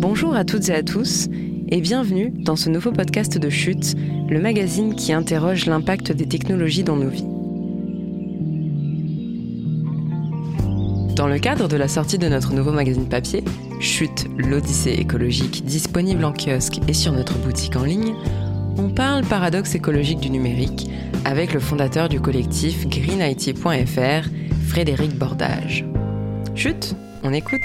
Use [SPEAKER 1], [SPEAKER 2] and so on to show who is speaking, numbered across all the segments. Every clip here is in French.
[SPEAKER 1] Bonjour à toutes et à tous et bienvenue dans ce nouveau podcast de Chute, le magazine qui interroge l'impact des technologies dans nos vies. Dans le cadre de la sortie de notre nouveau magazine papier, Chute, l'Odyssée écologique, disponible en kiosque et sur notre boutique en ligne, on parle paradoxe écologique du numérique avec le fondateur du collectif greenIT.fr, Frédéric Bordage. Chute, on écoute.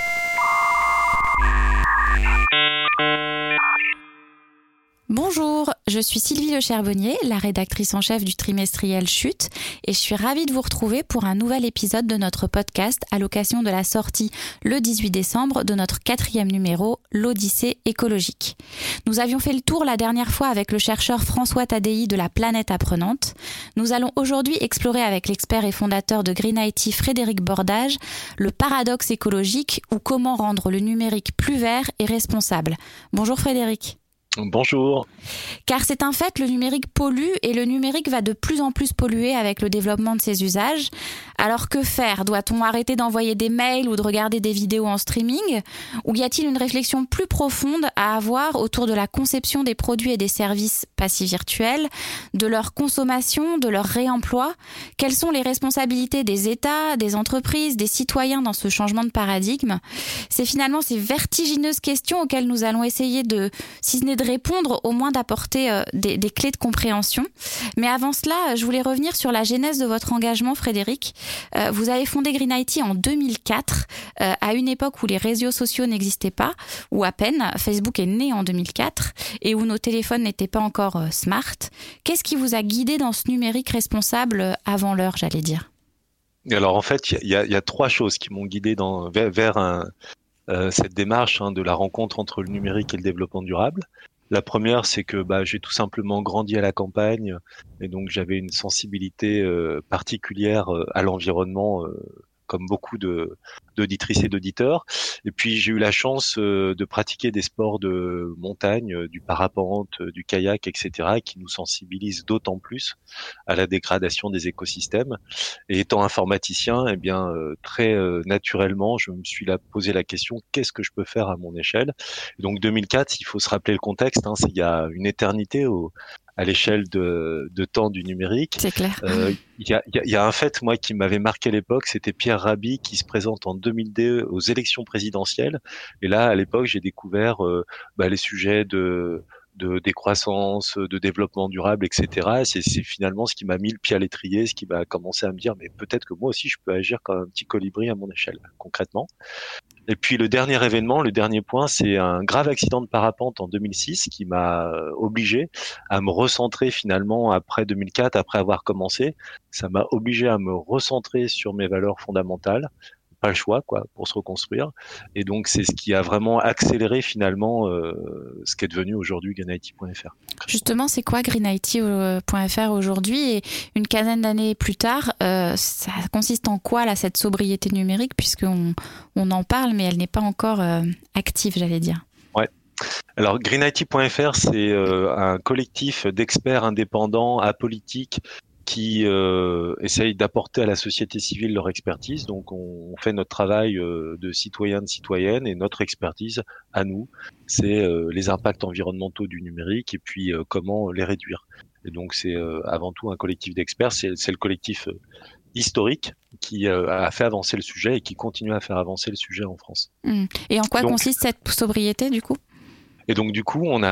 [SPEAKER 2] Bonjour, je suis Sylvie Le Charbonnier, la rédactrice en chef du trimestriel Chute, et je suis ravie de vous retrouver pour un nouvel épisode de notre podcast à l'occasion de la sortie le 18 décembre de notre 4e numéro, l'Odyssée écologique. Nous avions fait le tour la dernière fois avec le chercheur François Tadei de la Planète Apprenante. Nous allons aujourd'hui explorer avec l'expert et fondateur de greenIT Frédéric Bordage le paradoxe écologique ou comment rendre le numérique plus vert et responsable. Bonjour Frédéric.
[SPEAKER 3] Bonjour.
[SPEAKER 2] Car c'est un fait, le numérique pollue et le numérique va de plus en plus polluer avec le développement de ses usages. Alors que faire ? Doit-on arrêter d'envoyer des mails ou de regarder des vidéos en streaming ? Ou y a-t-il une réflexion plus profonde à avoir autour de la conception des produits et des services passifs virtuels, de leur consommation, de leur réemploi ? Quelles sont les responsabilités des États, des entreprises, des citoyens dans ce changement de paradigme ? C'est finalement ces vertigineuses questions auxquelles nous allons essayer de, si ce n'est de répondre, au moins d'apporter des clés de compréhension. Mais avant cela, je voulais revenir sur la genèse de votre engagement, Frédéric. Vous avez fondé greenIT en 2004, à une époque où les réseaux sociaux n'existaient pas, ou à peine. Facebook est né en 2004, et où nos téléphones n'étaient pas encore smart. Qu'est-ce qui vous a guidé dans ce numérique responsable avant l'heure, j'allais dire ?
[SPEAKER 3] Alors en fait, il y a trois choses qui m'ont guidé vers cette démarche de la rencontre entre le numérique et le développement durable. La première, c'est que j'ai tout simplement grandi à la campagne et donc j'avais une sensibilité particulière à l'environnement, comme beaucoup d'auditrices et d'auditeurs. Et puis j'ai eu la chance de pratiquer des sports de montagne, du parapente, du kayak, etc., qui nous sensibilisent d'autant plus à la dégradation des écosystèmes. Et étant informaticien, très naturellement, je me suis posé la question, qu'est-ce que je peux faire à mon échelle ? Et donc 2004, il faut se rappeler le contexte, c'est il y a une éternité à l'échelle de temps du numérique.
[SPEAKER 2] C'est clair.
[SPEAKER 3] Il y a un fait, moi, qui m'avait marqué à l'époque, c'était Pierre Rabhi qui se présente en 2002 aux élections présidentielles. Et là, à l'époque, j'ai découvert les sujets de décroissance, de développement durable, etc. C'est finalement ce qui m'a mis le pied à l'étrier, ce qui m'a commencé à me dire, mais peut-être que moi aussi, je peux agir comme un petit colibri à mon échelle, concrètement. Et puis le dernier événement, le dernier point, c'est un grave accident de parapente en 2006 qui m'a obligé à me recentrer finalement après 2004, après avoir commencé. Ça m'a obligé à me recentrer sur mes valeurs fondamentales. Pas le choix, pour se reconstruire. Et donc, c'est ce qui a vraiment accéléré finalement ce qui est devenu aujourd'hui greenIT.fr.
[SPEAKER 2] Justement, c'est quoi greenIT.fr aujourd'hui ? Et une quinzaine d'années plus tard, ça consiste en quoi, là, cette sobriété numérique, puisqu'on en parle, mais elle n'est pas encore active, j'allais dire.
[SPEAKER 3] Ouais. Alors, greenIT.fr, c'est un collectif d'experts indépendants, apolitiques, qui essayent d'apporter à la société civile leur expertise. Donc, on fait notre travail de citoyen, de citoyenne, et notre expertise, à nous, c'est les impacts environnementaux du numérique et puis comment les réduire. Et donc, c'est avant tout un collectif d'experts. C'est le collectif historique qui a fait avancer le sujet et qui continue à faire avancer le sujet en France.
[SPEAKER 2] Et en quoi consiste cette sobriété, du coup ?
[SPEAKER 3] Et donc du coup, on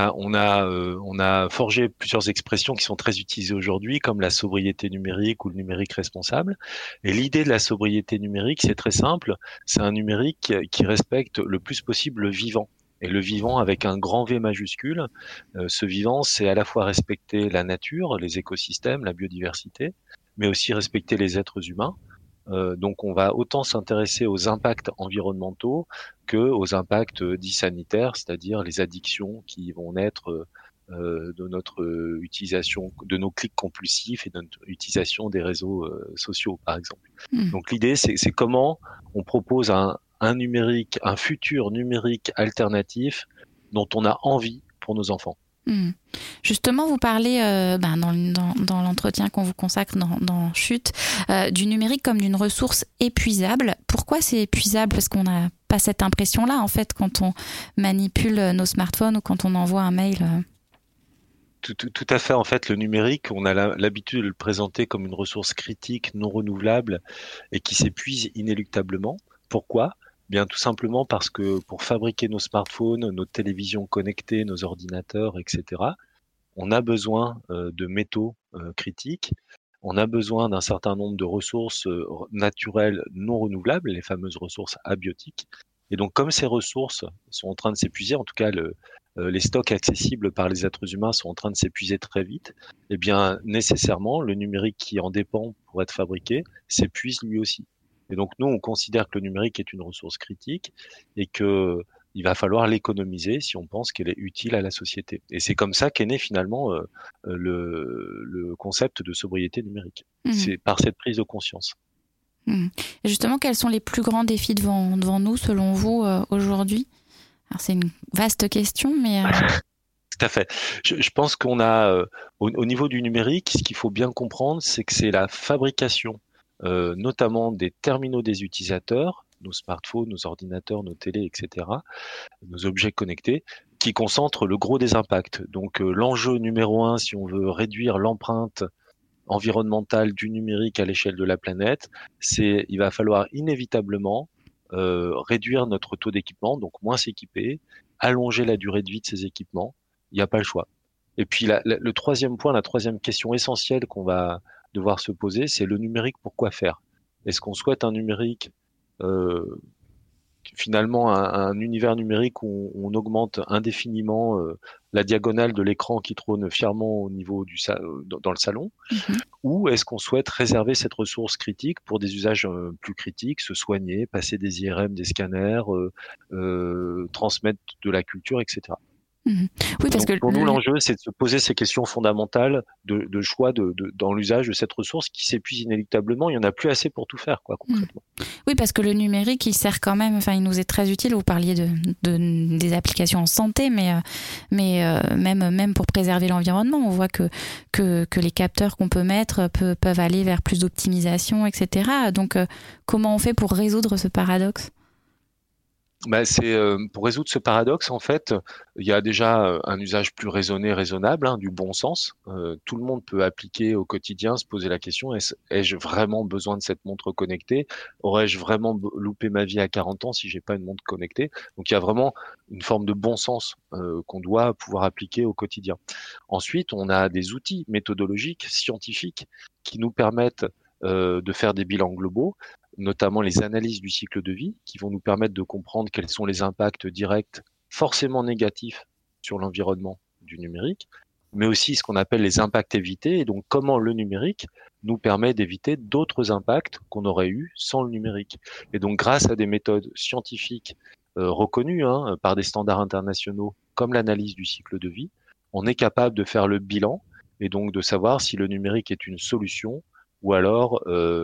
[SPEAKER 3] a forgé plusieurs expressions qui sont très utilisées aujourd'hui, comme la sobriété numérique ou le numérique responsable. Et l'idée de la sobriété numérique, c'est très simple. C'est un numérique qui respecte le plus possible le vivant. Et le vivant avec un grand V majuscule. Ce vivant, c'est à la fois respecter la nature, les écosystèmes, la biodiversité, mais aussi respecter les êtres humains. Donc on va autant s'intéresser aux impacts environnementaux que aux impacts dits sanitaires, c'est-à-dire les addictions qui vont naître de notre utilisation, de nos clics compulsifs et de notre utilisation des réseaux sociaux, par exemple. Donc l'idée, c'est comment on propose un numérique, un futur numérique alternatif dont on a envie pour nos enfants.
[SPEAKER 2] Justement, vous parlez dans l'entretien qu'on vous consacre dans Chute du numérique comme d'une ressource épuisable. Pourquoi c'est épuisable ? Parce qu'on a pas cette impression-là, en fait, quand on manipule nos smartphones ou quand on envoie un mail.
[SPEAKER 3] Tout à fait. En fait, le numérique, on a l'habitude de le présenter comme une ressource critique, non renouvelable et qui s'épuise inéluctablement. Pourquoi ? Bien, tout simplement parce que pour fabriquer nos smartphones, nos télévisions connectées, nos ordinateurs, etc., on a besoin de métaux critiques. On a besoin d'un certain nombre de ressources naturelles non renouvelables, les fameuses ressources abiotiques. Et donc, comme ces ressources sont en train de s'épuiser, en tout cas, les stocks accessibles par les êtres humains sont en train de s'épuiser très vite, eh bien, nécessairement, le numérique qui en dépend pour être fabriqué s'épuise lui aussi. Et donc, nous, on considère que le numérique est une ressource critique et que il va falloir l'économiser si on pense qu'elle est utile à la société. Et c'est comme ça qu'est né finalement le concept de sobriété numérique. C'est par cette prise de conscience.
[SPEAKER 2] Et justement, quels sont les plus grands défis devant nous, selon vous, aujourd'hui ? Alors, c'est une vaste question, mais...
[SPEAKER 3] Tout à fait. Je pense qu'on a, au niveau du numérique, ce qu'il faut bien comprendre, c'est que c'est la fabrication, notamment des terminaux des utilisateurs, nos smartphones, nos ordinateurs, nos télés, etc., nos objets connectés, qui concentrent le gros des impacts. Donc, l'enjeu numéro 1, si on veut réduire l'empreinte environnementale du numérique à l'échelle de la planète, il va falloir inévitablement réduire notre taux d'équipement, donc moins s'équiper, allonger la durée de vie de ces équipements. Il n'y a pas le choix. Et puis le troisième point, la troisième question essentielle qu'on va devoir se poser, c'est le numérique, pourquoi faire ? Est-ce qu'on souhaite un numérique, finalement un univers numérique où on augmente indéfiniment la diagonale de l'écran qui trône fièrement au niveau dans le salon, ou est-ce qu'on souhaite réserver cette ressource critique pour des usages plus critiques, se soigner, passer des IRM, des scanners, transmettre de la culture, etc.
[SPEAKER 2] Oui, parce que
[SPEAKER 3] pour nous, l'enjeu, c'est de se poser ces questions fondamentales de choix dans l'usage de cette ressource qui s'épuise inéluctablement. Il n'y en a plus assez pour tout faire, concrètement.
[SPEAKER 2] Oui, parce que le numérique, il sert quand même, il nous est très utile. Vous parliez des applications en santé, mais même pour préserver l'environnement, on voit que les capteurs qu'on peut mettre peuvent aller vers plus d'optimisation, etc. Donc, comment on fait pour résoudre ce paradoxe ?
[SPEAKER 3] C'est pour résoudre ce paradoxe, en fait, il y a déjà un usage plus raisonné, raisonnable, du bon sens. Tout le monde peut appliquer au quotidien, se poser la question, ai-je vraiment besoin de cette montre connectée ? Aurais-je vraiment loupé ma vie à 40 ans si j'ai pas une montre connectée ? Donc il y a vraiment une forme de bon sens qu'on doit pouvoir appliquer au quotidien. Ensuite, on a des outils méthodologiques, scientifiques, qui nous permettent de faire des bilans globaux, notamment les analyses du cycle de vie, qui vont nous permettre de comprendre quels sont les impacts directs forcément négatifs sur l'environnement du numérique, mais aussi ce qu'on appelle les impacts évités, et donc comment le numérique nous permet d'éviter d'autres impacts qu'on aurait eus sans le numérique. Et donc grâce à des méthodes scientifiques reconnues par des standards internationaux, comme l'analyse du cycle de vie, on est capable de faire le bilan, et donc de savoir si le numérique est une solution, ou alors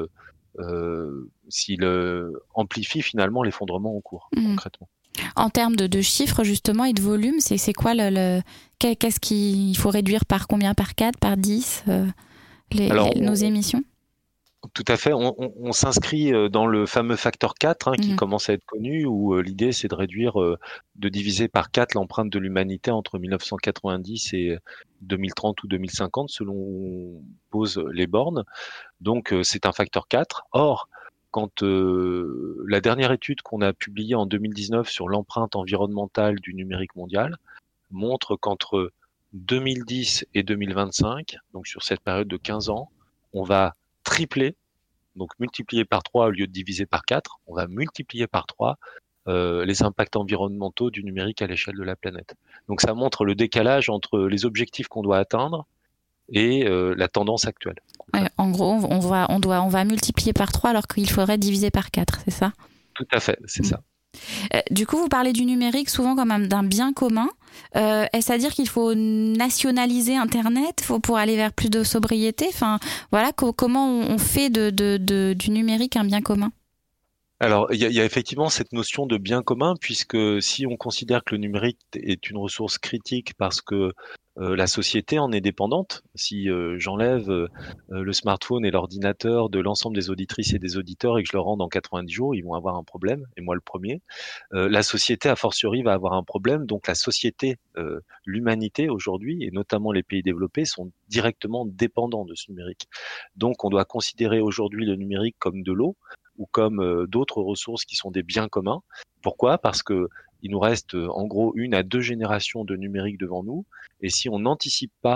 [SPEAKER 3] s'il amplifie finalement l'effondrement en cours, concrètement.
[SPEAKER 2] En termes de chiffres justement et de volume, c'est quoi qu'est-ce qu'il faut réduire par combien, par 4, par 10 nos émissions ?
[SPEAKER 3] Tout à fait, on s'inscrit dans le fameux facteur 4 qui commence à être connu, où l'idée c'est de réduire, de diviser par 4 l'empreinte de l'humanité entre 1990 et 2030 ou 2050 selon où on pose les bornes. Donc c'est un facteur 4. Or, quand la dernière étude qu'on a publiée en 2019 sur l'empreinte environnementale du numérique mondial montre qu'entre 2010 et 2025, donc sur cette période de 15 ans, on va tripler, donc multiplier par 3 au lieu de diviser par 4, on va multiplier par 3 les impacts environnementaux du numérique à l'échelle de la planète. Donc ça montre le décalage entre les objectifs qu'on doit atteindre et la tendance actuelle.
[SPEAKER 2] Ouais, en gros, on va multiplier par 3 alors qu'il faudrait diviser par 4, c'est ça ?
[SPEAKER 3] Tout à fait, c'est ça.
[SPEAKER 2] Du coup, vous parlez du numérique souvent comme d'un bien commun. Est-ce à dire qu'il faut nationaliser Internet pour aller vers plus de sobriété ? Enfin, voilà, comment on fait du numérique un bien commun ?
[SPEAKER 3] Alors, il y a effectivement cette notion de bien commun, puisque si on considère que le numérique est une ressource critique parce que la société en est dépendante, si j'enlève le smartphone et l'ordinateur de l'ensemble des auditrices et des auditeurs et que je le rends dans 90 jours, ils vont avoir un problème, et moi le premier. La société, a fortiori, va avoir un problème. Donc la société, l'humanité aujourd'hui, et notamment les pays développés, sont directement dépendants de ce numérique. Donc on doit considérer aujourd'hui le numérique comme de l'eau, ou comme d'autres ressources qui sont des biens communs. Pourquoi ? Parce que il nous reste en gros 1 à 2 générations de numérique devant nous, et si on n'anticipe pas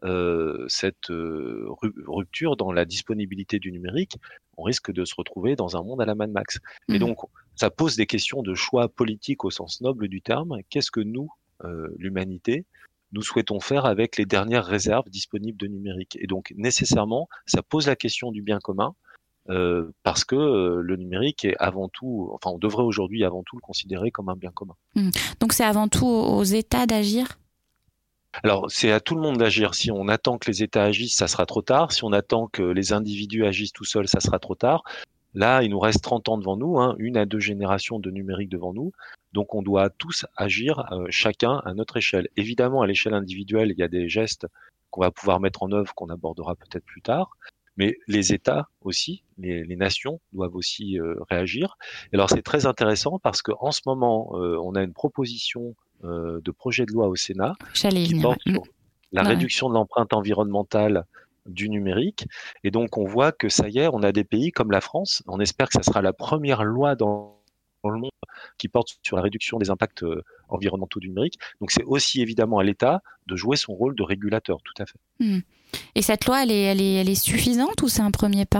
[SPEAKER 3] cette rupture dans la disponibilité du numérique, on risque de se retrouver dans un monde à la Mad Max. Et donc, ça pose des questions de choix politique au sens noble du terme. Qu'est-ce que nous, l'humanité, nous souhaitons faire avec les dernières réserves disponibles de numérique ? Et donc, nécessairement, ça pose la question du bien commun, parce que le numérique est avant tout, enfin on devrait aujourd'hui avant tout le considérer comme un bien commun.
[SPEAKER 2] Donc c'est avant tout aux États d'agir ?
[SPEAKER 3] Alors c'est à tout le monde d'agir. Si on attend que les États agissent, ça sera trop tard. Si on attend que les individus agissent tout seuls, ça sera trop tard. Là, il nous reste 30 ans devant nous, 1 à 2 générations de numérique devant nous. Donc on doit tous agir, chacun à notre échelle. Évidemment, à l'échelle individuelle, il y a des gestes qu'on va pouvoir mettre en œuvre, qu'on abordera peut-être plus tard. Mais les États aussi, les nations doivent aussi réagir. Et alors c'est très intéressant parce qu'en ce moment, on a une proposition de projet de loi au Sénat qui porte sur la réduction de l'empreinte environnementale du numérique. Et donc on voit que ça y est, on a des pays comme la France. On espère que ça sera la première loi dans le monde qui porte sur la réduction des impacts environnementaux du numérique. Donc c'est aussi évidemment à l'État de jouer son rôle de régulateur, tout à fait.
[SPEAKER 2] Et cette loi, elle est suffisante ou c'est un premier pas ?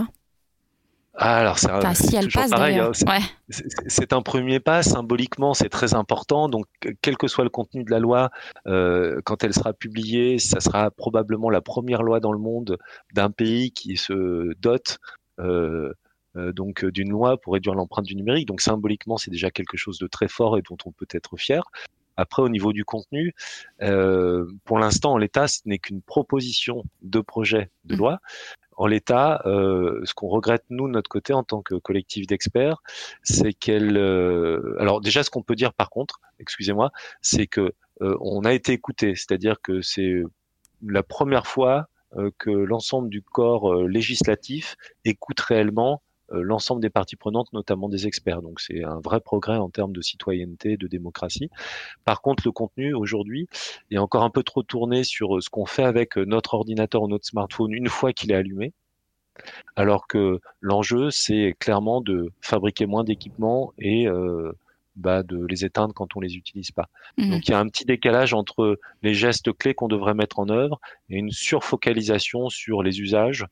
[SPEAKER 3] Alors c'est
[SPEAKER 2] si elle passe
[SPEAKER 3] pareil,
[SPEAKER 2] d'ailleurs.
[SPEAKER 3] C'est un premier pas, symboliquement c'est très important, donc quel que soit le contenu de la loi, quand elle sera publiée, ça sera probablement la première loi dans le monde d'un pays qui se dote donc d'une loi pour réduire l'empreinte du numérique, donc symboliquement c'est déjà quelque chose de très fort et dont on peut être fier. Après, au niveau du contenu, pour l'instant, en l'état, ce n'est qu'une proposition de projet de loi. En l'état, ce qu'on regrette, nous, de notre côté, en tant que collectif d'experts, c'est qu'elle... alors déjà, ce qu'on peut dire, par contre, excusez-moi, c'est que on a été écouté, c'est-à-dire que c'est la première fois que l'ensemble du corps législatif écoute réellement l'ensemble des parties prenantes, notamment des experts. Donc c'est un vrai progrès en termes de citoyenneté, de démocratie. Par contre, le contenu aujourd'hui est encore un peu trop tourné sur ce qu'on fait avec notre ordinateur ou notre smartphone une fois qu'il est allumé, alors que l'enjeu, c'est clairement de fabriquer moins d'équipements et de les éteindre quand on les utilise pas. Donc il y a un petit décalage entre les gestes clés qu'on devrait mettre en œuvre et une surfocalisation sur les usages,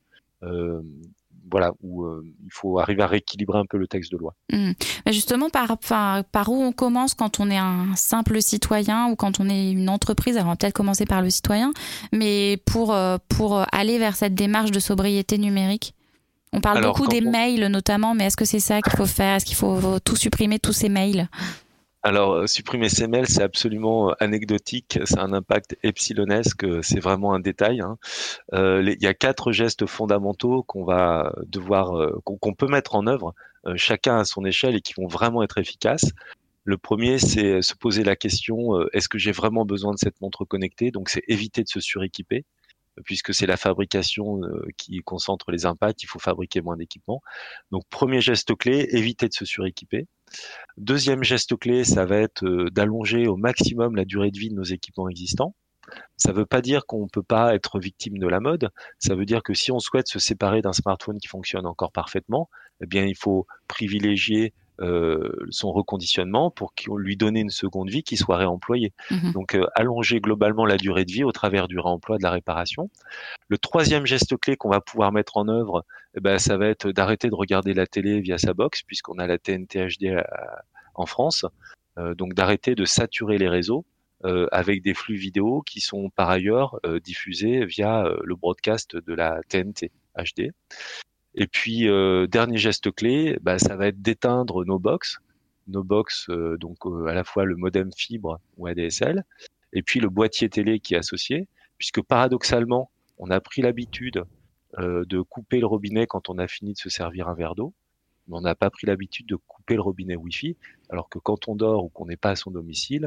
[SPEAKER 3] où il faut arriver à rééquilibrer un peu le texte de loi.
[SPEAKER 2] Mais justement, par où on commence quand on est un simple citoyen ou quand on est une entreprise? Alors on va peut-être commencer par le citoyen, mais pour aller vers cette démarche de sobriété numérique. On parle beaucoup des mails notamment, mais est-ce que c'est ça qu'il faut faire? Est-ce qu'il faut tout supprimer, tous ces mails?
[SPEAKER 3] Alors, supprimer ces mails, c'est absolument anecdotique, c'est un impact epsilonesque, c'est vraiment un détail. Il y a 4 gestes fondamentaux qu'on va devoir, qu'on peut mettre en œuvre, chacun à son échelle, et qui vont vraiment être efficaces. Le premier, c'est se poser la question, est-ce que j'ai vraiment besoin de cette montre connectée? Donc, c'est éviter de se suréquiper, puisque c'est la fabrication qui concentre les impacts, il faut fabriquer moins d'équipements. Donc, premier geste clé, éviter de se suréquiper. Deuxième geste clé, ça va être d'allonger au maximum la durée de vie de nos équipements existants. Ça ne veut pas dire qu'on ne peut pas être victime de la mode. Ça veut dire que si on souhaite se séparer d'un smartphone qui fonctionne encore parfaitement, eh bien, il faut privilégier son reconditionnement pour lui donner une seconde vie qui soit réemployée. Donc, allonger globalement la durée de vie au travers du réemploi, de la réparation. Le troisième geste clé qu'on va pouvoir mettre en œuvre, ça va être d'arrêter de regarder la télé via sa box, puisqu'on a la TNT HD en France. Donc, d'arrêter de saturer les réseaux avec des flux vidéo qui sont par ailleurs diffusés via le broadcast de la TNT HD. Et puis, dernier geste clé, ça va être d'éteindre nos box, donc à la fois le modem fibre ou ADSL, et puis le boîtier télé qui est associé, puisque paradoxalement, on a pris l'habitude de couper le robinet quand on a fini de se servir un verre d'eau. mais on n'a pas pris l'habitude de couper le robinet Wi-Fi, alors que quand on dort ou qu'on n'est pas à son domicile,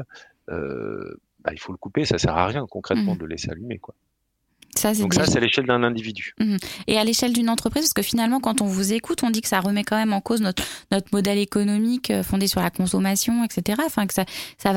[SPEAKER 3] il faut le couper, ça sert à rien concrètement de le laisser allumer, quoi. Donc ça, c'est à l'échelle d'un individu.
[SPEAKER 2] Et à l'échelle d'une entreprise, parce que finalement, quand on vous écoute, on dit que ça remet quand même en cause notre modèle économique fondé sur la consommation, etc. Enfin, que ça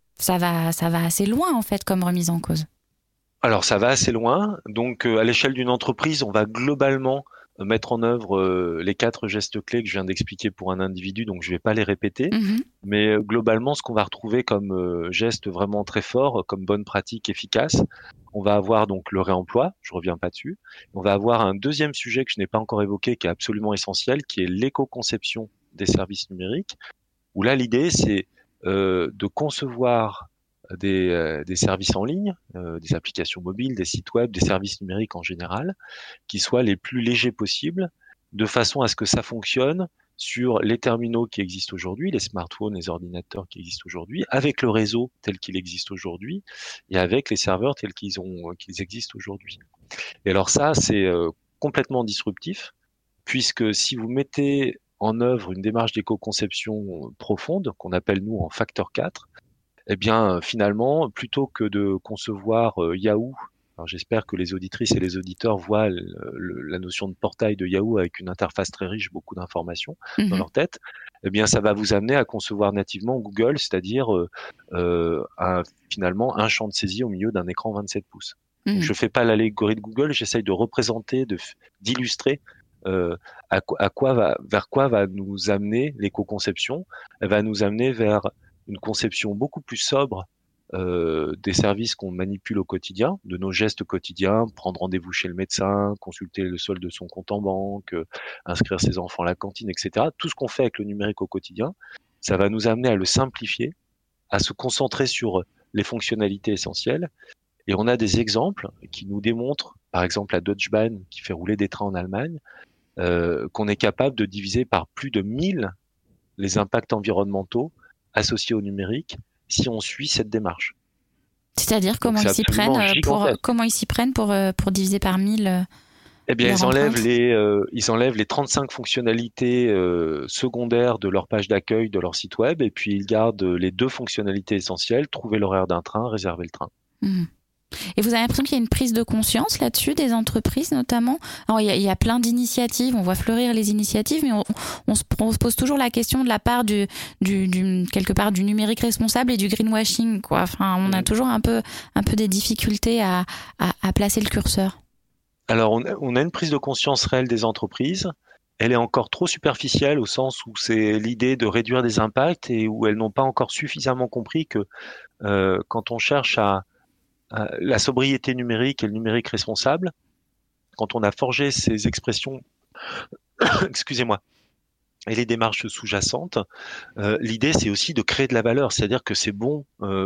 [SPEAKER 2] va assez loin, en fait, comme remise en cause.
[SPEAKER 3] Alors, ça va assez loin. Donc, à l'échelle d'une entreprise, on va globalement mettre en œuvre les 4 gestes clés que je viens d'expliquer pour un individu, donc je vais pas les répéter. Mais globalement, ce qu'on va retrouver comme geste vraiment très fort, comme bonne pratique efficace, on va avoir donc le réemploi, je reviens pas dessus. On va avoir un deuxième sujet que je n'ai pas encore évoqué, qui est absolument essentiel, qui est l'éco-conception des services numériques, où là, l'idée, c'est de concevoir des services en ligne, des applications mobiles, des sites web, des services numériques en général, qui soient les plus légers possibles, de façon à ce que ça fonctionne sur les terminaux qui existent aujourd'hui, les smartphones, les ordinateurs qui existent aujourd'hui, avec le réseau tel qu'il existe aujourd'hui, et avec les serveurs tels qu'ils existent aujourd'hui. Et alors ça, c'est complètement disruptif, puisque si vous mettez en œuvre une démarche d'éco-conception profonde, qu'on appelle nous en facteur 4, eh bien, finalement, plutôt que de concevoir Yahoo, alors j'espère que les auditrices et les auditeurs voient la notion de portail de Yahoo avec une interface très riche, beaucoup d'informations dans leur tête, eh bien, ça va vous amener à concevoir nativement Google, c'est-à-dire finalement un champ de saisie au milieu d'un écran 27 pouces. Donc, je fais pas l'allégorie de Google, j'essaye de représenter, d'illustrer vers quoi va nous amener l'éco-conception. Elle va nous amener vers une conception beaucoup plus sobre des services qu'on manipule au quotidien, de nos gestes quotidiens, prendre rendez-vous chez le médecin, consulter le solde de son compte en banque, inscrire ses enfants à la cantine, etc. Tout ce qu'on fait avec le numérique au quotidien, ça va nous amener à le simplifier, à se concentrer sur les fonctionnalités essentielles. Et on a des exemples qui nous démontrent, par exemple la Deutsche Bahn qui fait rouler des trains en Allemagne, qu'on est capable de diviser par plus de 1000 les impacts environnementaux associés au numérique si on suit cette démarche.
[SPEAKER 2] C'est-à-dire comment ils s'y prennent pour diviser par 1000
[SPEAKER 3] Eh bien, ils enlèvent les 35 fonctionnalités secondaires de leur page d'accueil de leur site web, et puis ils gardent les 2 fonctionnalités essentielles, trouver l'horaire d'un train, réserver le train.
[SPEAKER 2] Et vous avez l'impression qu'il y a une prise de conscience là-dessus des entreprises notamment? Alors, il y a plein d'initiatives, on voit fleurir les initiatives, mais on se pose toujours la question de la part quelque part du numérique responsable et du greenwashing, quoi. Enfin, on a toujours un peu des difficultés à placer le curseur.
[SPEAKER 3] Alors, on a une prise de conscience réelle des entreprises. Elle est encore trop superficielle au sens où c'est l'idée de réduire des impacts et où elles n'ont pas encore suffisamment compris que quand on cherche à la sobriété numérique et le numérique responsable, quand on a forgé ces expressions, excusez-moi, et les démarches sous-jacentes, l'idée c'est aussi de créer de la valeur, c'est-à-dire que c'est bon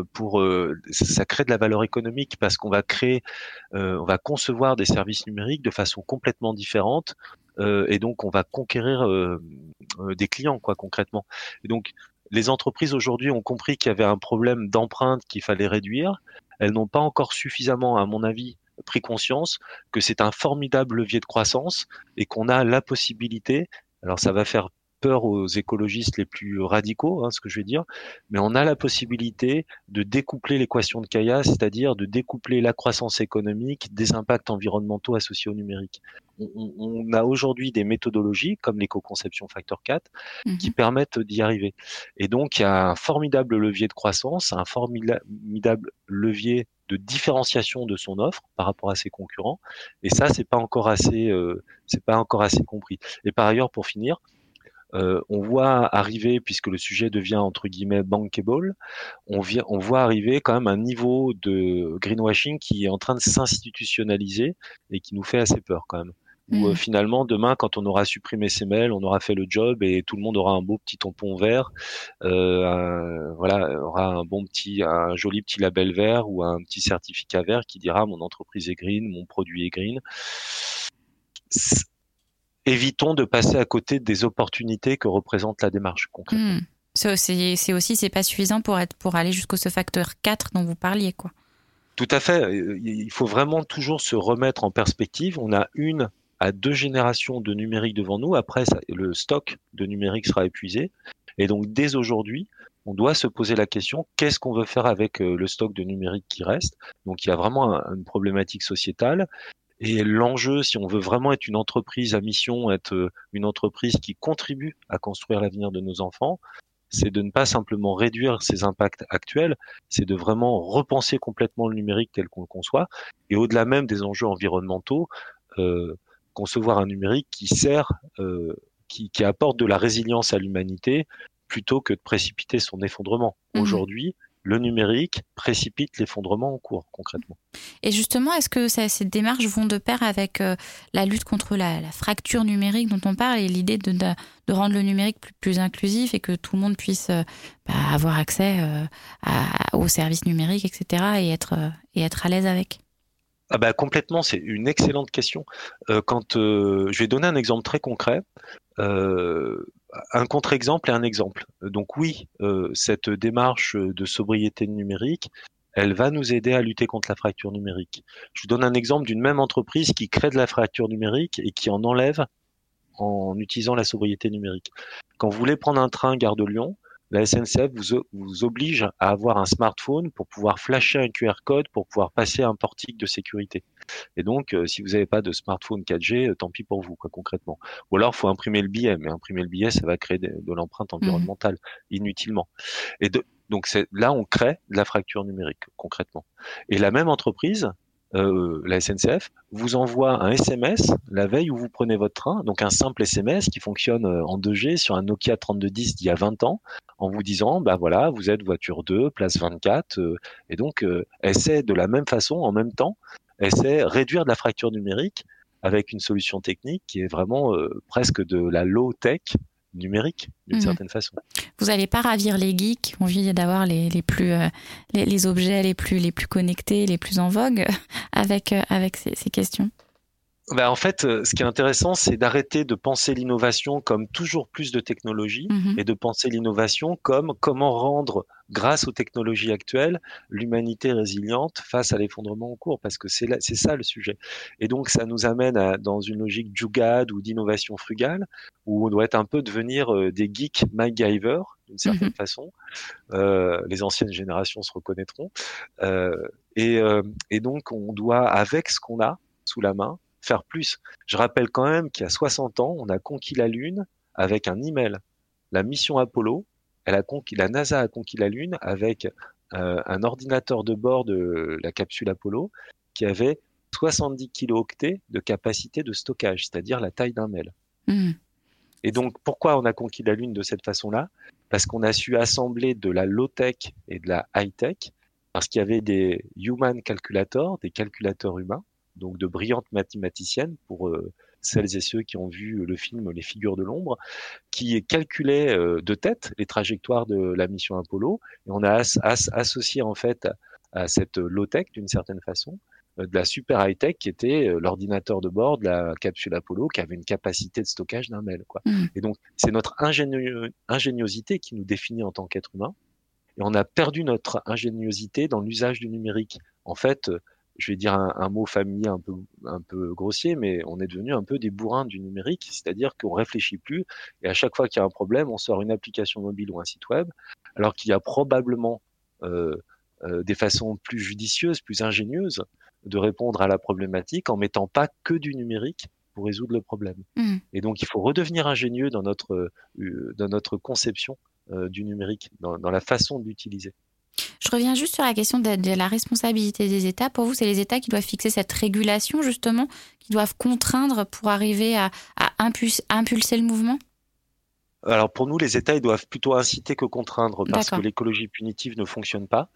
[SPEAKER 3] ça crée de la valeur économique parce qu'on va on va concevoir des services numériques de façon complètement différente et donc on va conquérir des clients, quoi, concrètement. Et donc les entreprises aujourd'hui ont compris qu'il y avait un problème d'empreinte qu'il fallait réduire. Elles n'ont pas encore suffisamment, à mon avis, pris conscience que c'est un formidable levier de croissance et qu'on a la possibilité, alors ça va faire peur aux écologistes les plus radicaux, ce que je vais dire, mais on a la possibilité de découpler l'équation de Kaya, c'est-à-dire de découpler la croissance économique des impacts environnementaux associés au numérique. On a aujourd'hui des méthodologies, comme l'éco-conception facteur 4, qui permettent d'y arriver. Et donc, il y a un formidable levier de croissance, un formidable levier de différenciation de son offre par rapport à ses concurrents. Et ça, c'est pas encore assez compris. Et par ailleurs, pour finir, on voit arriver, puisque le sujet devient entre guillemets bankable, on voit arriver quand même un niveau de greenwashing qui est en train de s'institutionnaliser et qui nous fait assez peur quand même. Où finalement demain, quand on aura supprimé ces mails, on aura fait le job et tout le monde aura un beau petit tampon vert, aura un joli petit label vert ou un petit certificat vert qui dira mon entreprise est green, mon produit est green. Évitons de passer à côté des opportunités que représente la démarche concrètement.
[SPEAKER 2] C'est pas suffisant pour aller jusqu'au ce facteur 4 dont vous parliez, quoi. Tout
[SPEAKER 3] à fait. Il faut vraiment toujours se remettre en perspective. On a a 2 générations de numérique devant nous. Après, le stock de numérique sera épuisé. Et donc, dès aujourd'hui, on doit se poser la question, qu'est-ce qu'on veut faire avec le stock de numérique qui reste? Donc, il y a vraiment une problématique sociétale. Et l'enjeu, si on veut vraiment être une entreprise à mission, être une entreprise qui contribue à construire l'avenir de nos enfants, c'est de ne pas simplement réduire ses impacts actuels, c'est de vraiment repenser complètement le numérique tel qu'on le conçoit, et au-delà même des enjeux environnementaux, concevoir un numérique qui sert, qui apporte de la résilience à l'humanité, plutôt que de précipiter son effondrement. Aujourd'hui, le numérique précipite l'effondrement en cours, concrètement.
[SPEAKER 2] Et justement, est-ce que ces démarches vont de pair avec la lutte contre la fracture numérique dont on parle et l'idée de rendre le numérique plus inclusif et que tout le monde puisse avoir accès aux services numériques, etc. et être à l'aise avec?
[SPEAKER 3] Complètement, c'est une excellente question. Je vais donner un exemple très concret. Un contre-exemple et un exemple. Donc oui, cette démarche de sobriété numérique, elle va nous aider à lutter contre la fracture numérique. Je vous donne un exemple d'une même entreprise qui crée de la fracture numérique et qui en enlève en utilisant la sobriété numérique. Quand vous voulez prendre un train gare de Lyon, la SNCF vous oblige à avoir un smartphone pour pouvoir flasher un QR code pour pouvoir passer un portique de sécurité. Et donc, si vous n'avez pas de smartphone 4G, tant pis pour vous, concrètement. Ou alors, il faut imprimer le billet, mais imprimer le billet, ça va créer de l'empreinte environnementale inutilement. Donc là, on crée de la fracture numérique, concrètement. Et la même entreprise, la SNCF, vous envoie un SMS la veille où vous prenez votre train, donc un simple SMS qui fonctionne en 2G sur un Nokia 3210 d'il y a 20 ans, en vous disant, voilà, vous êtes voiture 2, place 24, et donc essaie de la même façon, en même temps, essaie réduire de la fracture numérique avec une solution technique qui est vraiment presque de la low-tech numérique, d'une certaine façon.
[SPEAKER 2] Vous n'allez pas ravir les geeks qui ont envie d'avoir les objets les plus connectés, les plus en vogue avec ces questions?
[SPEAKER 3] En fait, ce qui est intéressant, c'est d'arrêter de penser l'innovation comme toujours plus de technologie et de penser l'innovation comme comment rendre, grâce aux technologies actuelles, l'humanité résiliente face à l'effondrement en cours, parce que c'est ça le sujet. Et donc, ça nous amène dans une logique Jugad ou d'innovation frugale, où on doit être un peu devenir des geeks MacGyver, d'une certaine façon. Les anciennes générations se reconnaîtront. Et donc, on doit, avec ce qu'on a sous la main, faire plus. Je rappelle quand même qu'il y a 60 ans, on a conquis la Lune avec un email. La mission Apollo, la NASA a conquis la Lune avec un ordinateur de bord de la capsule Apollo qui avait 70 kilooctets de capacité de stockage, c'est-à-dire la taille d'un mail. Et donc, pourquoi on a conquis la Lune de cette façon-là? Parce qu'on a su assembler de la low-tech et de la high-tech, parce qu'il y avait des human calculators, des calculateurs humains, donc de brillantes mathématiciennes, pour celles et ceux qui ont vu le film Les Figures de l'ombre, qui calculaient de tête les trajectoires de la mission Apollo, et on a associé en fait à cette low-tech d'une certaine façon de la super high-tech qui était l'ordinateur de bord de la capsule Apollo qui avait une capacité de stockage d'un mail, quoi. Et donc c'est notre ingéniosité qui nous définit en tant qu'être humain, et on a perdu notre ingéniosité dans l'usage du numérique. En fait, je vais dire un mot familier un peu grossier, mais on est devenu un peu des bourrins du numérique, c'est-à-dire qu'on réfléchit plus, et à chaque fois qu'il y a un problème, on sort une application mobile ou un site web, alors qu'il y a probablement des façons plus judicieuses, plus ingénieuses de répondre à la problématique en mettant pas que du numérique pour résoudre le problème. Et donc il faut redevenir ingénieux dans notre conception du numérique, dans la façon de l'utiliser.
[SPEAKER 2] Je reviens juste sur la question de la responsabilité des États. Pour vous, c'est les États qui doivent fixer cette régulation, justement, qui doivent contraindre pour arriver à impulser le mouvement?
[SPEAKER 3] Alors pour nous, les États, ils doivent plutôt inciter que contraindre, parce
[SPEAKER 2] D'accord.
[SPEAKER 3] que l'écologie punitive ne fonctionne pas.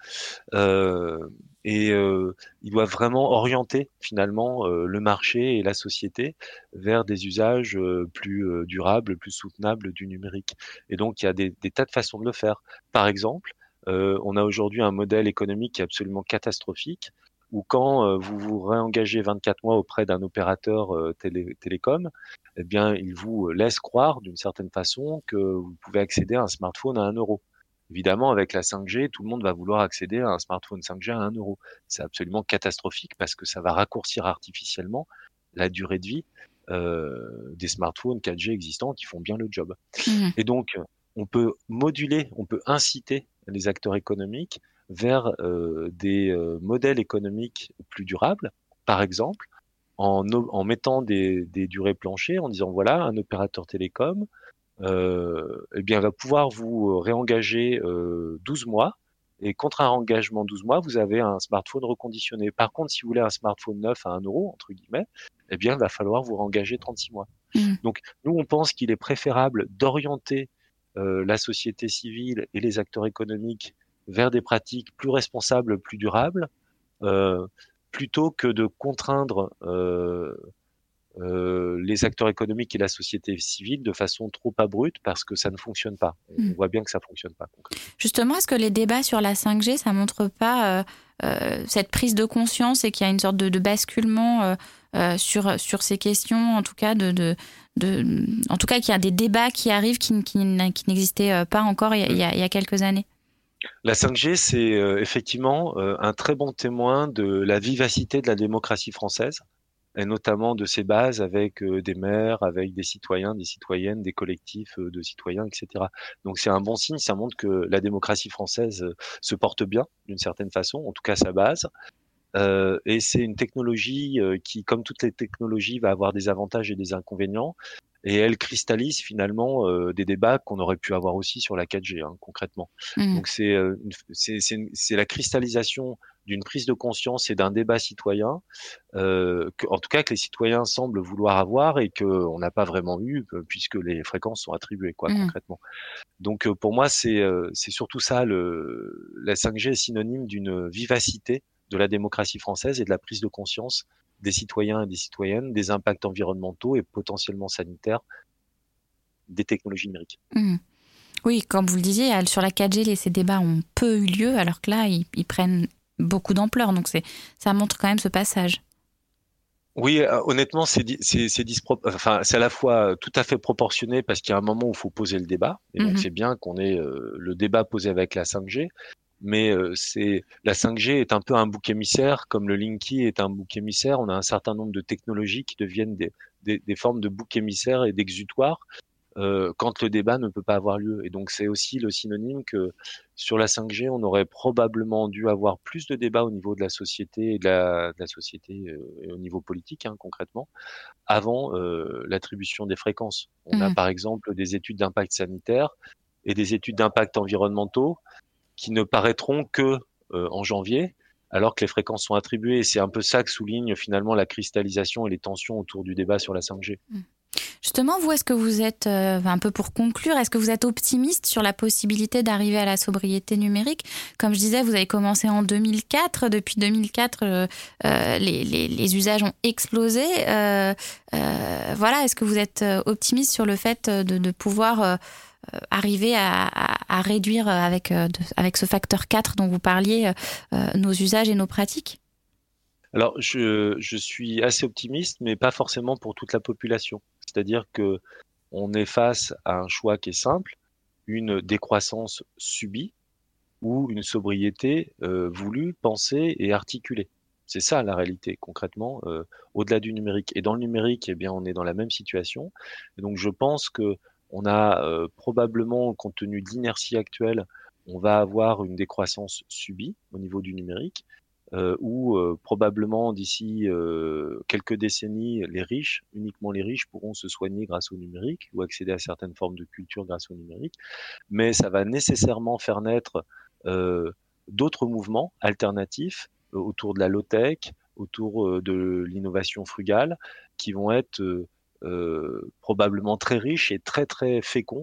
[SPEAKER 3] Ils doivent vraiment orienter finalement le marché et la société vers des usages plus durables, plus soutenables du numérique. Et donc il y a des tas de façons de le faire. Par exemple, on a aujourd'hui un modèle économique qui est absolument catastrophique, où quand vous vous réengagez 24 mois auprès d'un opérateur télécom, eh bien, il vous laisse croire d'une certaine façon que vous pouvez accéder à un smartphone à 1 euro. Évidemment, avec la 5G, tout le monde va vouloir accéder à un smartphone 5G à 1 euro. C'est absolument catastrophique parce que ça va raccourcir artificiellement la durée de vie des smartphones 4G existants qui font bien le job.
[SPEAKER 2] Mmh.
[SPEAKER 3] Et donc, on peut inciter les acteurs économiques vers des modèles économiques plus durables, par exemple, en mettant des durées planchers, en disant voilà, un opérateur télécom, eh bien, va pouvoir vous réengager 12 mois. Et contre un engagement 12 mois, vous avez un smartphone reconditionné. Par contre, si vous voulez un smartphone neuf à 1 euro, entre guillemets, eh bien, il va falloir vous réengager 36 mois.
[SPEAKER 2] Mmh.
[SPEAKER 3] Donc, nous, on pense qu'il est préférable d'orienter la société civile et les acteurs économiques vers des pratiques plus responsables, plus durables, plutôt que de contraindre les acteurs économiques et la société civile de façon trop abrupte parce que ça ne fonctionne pas. On voit bien que ça fonctionne pas.
[SPEAKER 2] Justement, est-ce que les débats sur la 5G, ça montre pas cette prise de conscience et qu'il y a une sorte de basculement sur ces questions, en tout cas en tout cas qu'il y a des débats qui arrivent qui n'existaient pas encore il y a quelques années?
[SPEAKER 3] La 5G, c'est effectivement un très bon témoin de la vivacité de la démocratie française, et notamment de ses bases avec des maires, avec des citoyens, des citoyennes, des collectifs de citoyens, etc. Donc c'est un bon signe, ça montre que la démocratie française se porte bien d'une certaine façon, en tout cas sa base. Et c'est une technologie qui, comme toutes les technologies, va avoir des avantages et des inconvénients. Et elle cristallise finalement des débats qu'on aurait pu avoir aussi sur la 4G, concrètement. Donc c'est la cristallisation d'une prise de conscience et d'un débat citoyen, en tout cas que les citoyens semblent vouloir avoir et qu'on n'a pas vraiment eu, puisque les fréquences sont attribuées, concrètement. Donc pour moi, c'est surtout ça. La 5G est synonyme d'une vivacité de la démocratie française et de la prise de conscience des citoyens et des citoyennes, des impacts environnementaux et potentiellement sanitaires des technologies numériques.
[SPEAKER 2] Oui, comme vous le disiez, sur la 4G, ces débats ont peu eu lieu, alors que là, ils prennent beaucoup d'ampleur. Donc ça montre quand même ce passage.
[SPEAKER 3] Oui, honnêtement, c'est à la fois tout à fait proportionné parce qu'il y a un moment où il faut poser le débat. Et donc c'est bien qu'on ait le débat posé avec la 5G. Mais la 5G est un peu un bouc émissaire, comme le Linky est un bouc émissaire. On a un certain nombre de technologies qui deviennent des formes de bouc émissaire et d'exutoires quand le débat ne peut pas avoir lieu. Et donc c'est aussi le synonyme que sur la 5G, on aurait probablement dû avoir plus de débats au niveau de la société et de la société et au niveau politique, concrètement, avant l'attribution des fréquences. On a par exemple des études d'impact sanitaire et des études d'impact environnementaux qui ne paraîtront que en janvier, alors que les fréquences sont attribuées. Et c'est un peu ça que souligne finalement la cristallisation et les tensions autour du débat sur la 5G.
[SPEAKER 2] Justement, vous, est-ce que vous êtes, un peu pour conclure, est-ce que vous êtes optimiste sur la possibilité d'arriver à la sobriété numérique? Comme je disais, vous avez commencé en 2004. Depuis 2004, les usages ont explosé. Voilà, est-ce que vous êtes optimiste sur le fait de pouvoir arriver à réduire avec ce facteur 4 dont vous parliez nos usages et nos pratiques?
[SPEAKER 3] Alors, je suis assez optimiste, mais pas forcément pour toute la population. C'est-à-dire que on est face à un choix qui est simple, une décroissance subie ou une sobriété voulue, pensée et articulée. C'est ça la réalité, concrètement, au-delà du numérique. Et dans le numérique, eh bien, on est dans la même situation. Et donc, je pense que on a probablement, compte tenu de l'inertie actuelle, on va avoir une décroissance subie au niveau du numérique. Où probablement d'ici quelques décennies, uniquement les riches pourront se soigner grâce au numérique ou accéder à certaines formes de culture grâce au numérique. Mais ça va nécessairement faire naître d'autres mouvements alternatifs autour de la low-tech, autour de l'innovation frugale, qui vont être probablement très riches et très très féconds,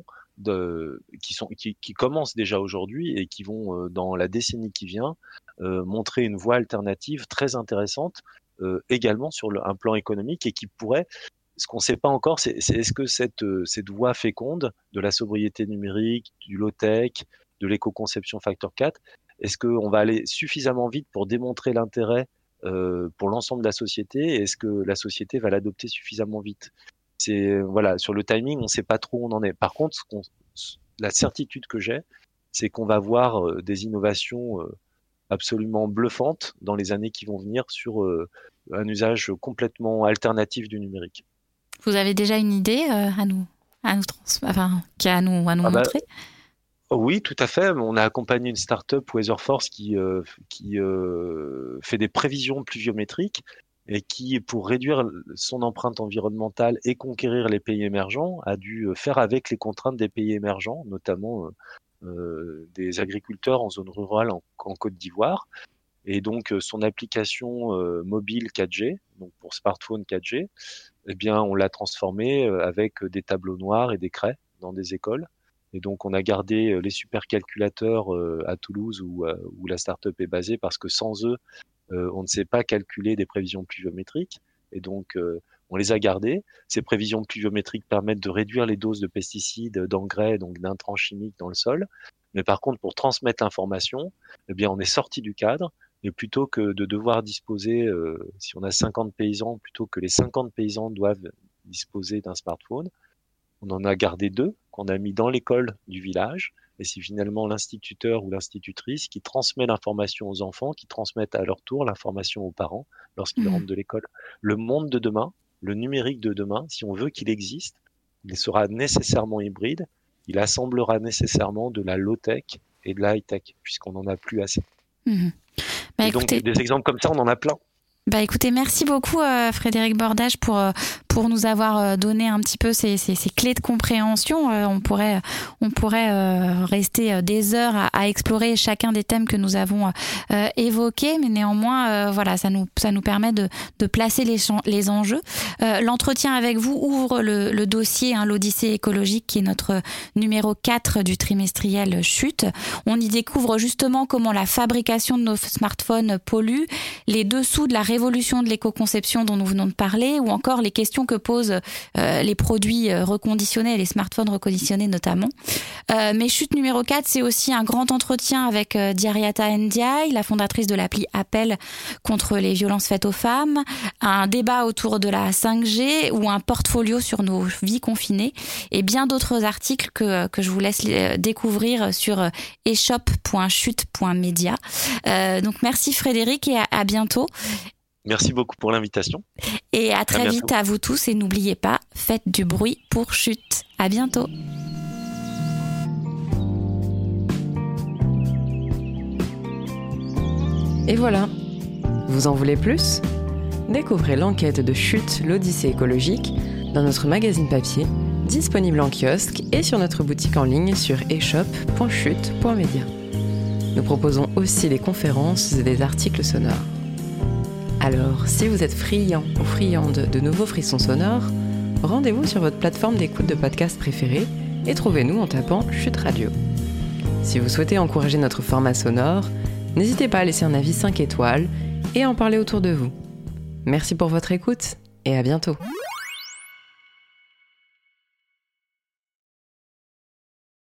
[SPEAKER 3] qui commencent déjà aujourd'hui et qui vont dans la décennie qui vient montrer une voie alternative très intéressante également sur un plan économique et qui pourrait, ce qu'on ne sait pas encore, c'est est-ce que cette voie féconde de la sobriété numérique, du low-tech, de l'éco-conception facteur 4, est-ce qu'on va aller suffisamment vite pour démontrer l'intérêt pour l'ensemble de la société et est-ce que la société va l'adopter suffisamment vite? Voilà, sur le timing, on ne sait pas trop où on en est. Par contre, la certitude que j'ai, c'est qu'on va voir des innovations absolument bluffantes dans les années qui vont venir sur un usage complètement alternatif du numérique.
[SPEAKER 2] Vous avez déjà une idée à nous montrer?
[SPEAKER 3] Oui, tout à fait. On a accompagné une start-up Weatherforce qui fait des prévisions pluviométriques et qui, pour réduire son empreinte environnementale et conquérir les pays émergents, a dû faire avec les contraintes des pays émergents, notamment des agriculteurs en zone rurale en Côte d'Ivoire. Et donc, son application mobile 4G, donc pour smartphone 4G, eh bien, on l'a transformée avec des tableaux noirs et des craies dans des écoles. Et donc, on a gardé les supercalculateurs à Toulouse où la start-up est basée parce que sans eux, on ne sait pas calculer des prévisions pluviométriques. Et donc, on les a gardées. Ces prévisions pluviométriques permettent de réduire les doses de pesticides, d'engrais, donc d'intrants chimiques dans le sol. Mais par contre, pour transmettre l'information, eh bien, on est sorti du cadre. Et plutôt que de devoir disposer, si on a 50 paysans, plutôt que les 50 paysans doivent disposer d'un smartphone, on en a gardé 2 qu'on a mis dans l'école du village. Et c'est finalement l'instituteur ou l'institutrice qui transmet l'information aux enfants, qui transmettent à leur tour l'information aux parents lorsqu'ils rentrent de l'école. Le monde de demain, le numérique de demain, si on veut qu'il existe, il sera nécessairement hybride. Il assemblera nécessairement de la low-tech et de la high-tech, puisqu'on n'en a plus assez. Et écoutez, donc, des exemples comme ça, on en a plein.
[SPEAKER 2] Écoutez, merci beaucoup Frédéric Bordage pour nous avoir donné un petit peu ces clés de compréhension. On pourrait rester des heures à explorer chacun des thèmes que nous avons évoqués, mais néanmoins, voilà, ça nous permet de placer les enjeux. L'entretien avec vous ouvre le dossier, l'Odyssée écologique, qui est notre numéro 4 du trimestriel Chute. On y découvre justement comment la fabrication de nos smartphones pollue, les dessous de la révolution de l'éco-conception dont nous venons de parler, ou encore les questions que posent les produits reconditionnés, les smartphones reconditionnés notamment. Mais Chute numéro 4, c'est aussi un grand entretien avec Diaryata Ndiaye, la fondatrice de l'appli Appel contre les violences faites aux femmes, un débat autour de la 5G ou un portfolio sur nos vies confinées, et bien d'autres articles que je vous laisse découvrir sur eshop.chute.media. Donc merci Frédéric et à bientôt.
[SPEAKER 3] Merci beaucoup pour l'invitation.
[SPEAKER 2] Et à très vite à vous tous. Et n'oubliez pas, faites du bruit pour Chute. À bientôt.
[SPEAKER 1] Et voilà. Vous en voulez plus ? Découvrez l'enquête de Chute, l'Odyssée écologique, dans notre magazine papier, disponible en kiosque et sur notre boutique en ligne sur eshop.chute.media. Nous proposons aussi des conférences et des articles sonores. Alors, si vous êtes friand ou friande de nouveaux frissons sonores, rendez-vous sur votre plateforme d'écoute de podcast préférée et trouvez-nous en tapant Chute Radio. Si vous souhaitez encourager notre format sonore, n'hésitez pas à laisser un avis 5 étoiles et à en parler autour de vous. Merci pour votre écoute et à bientôt.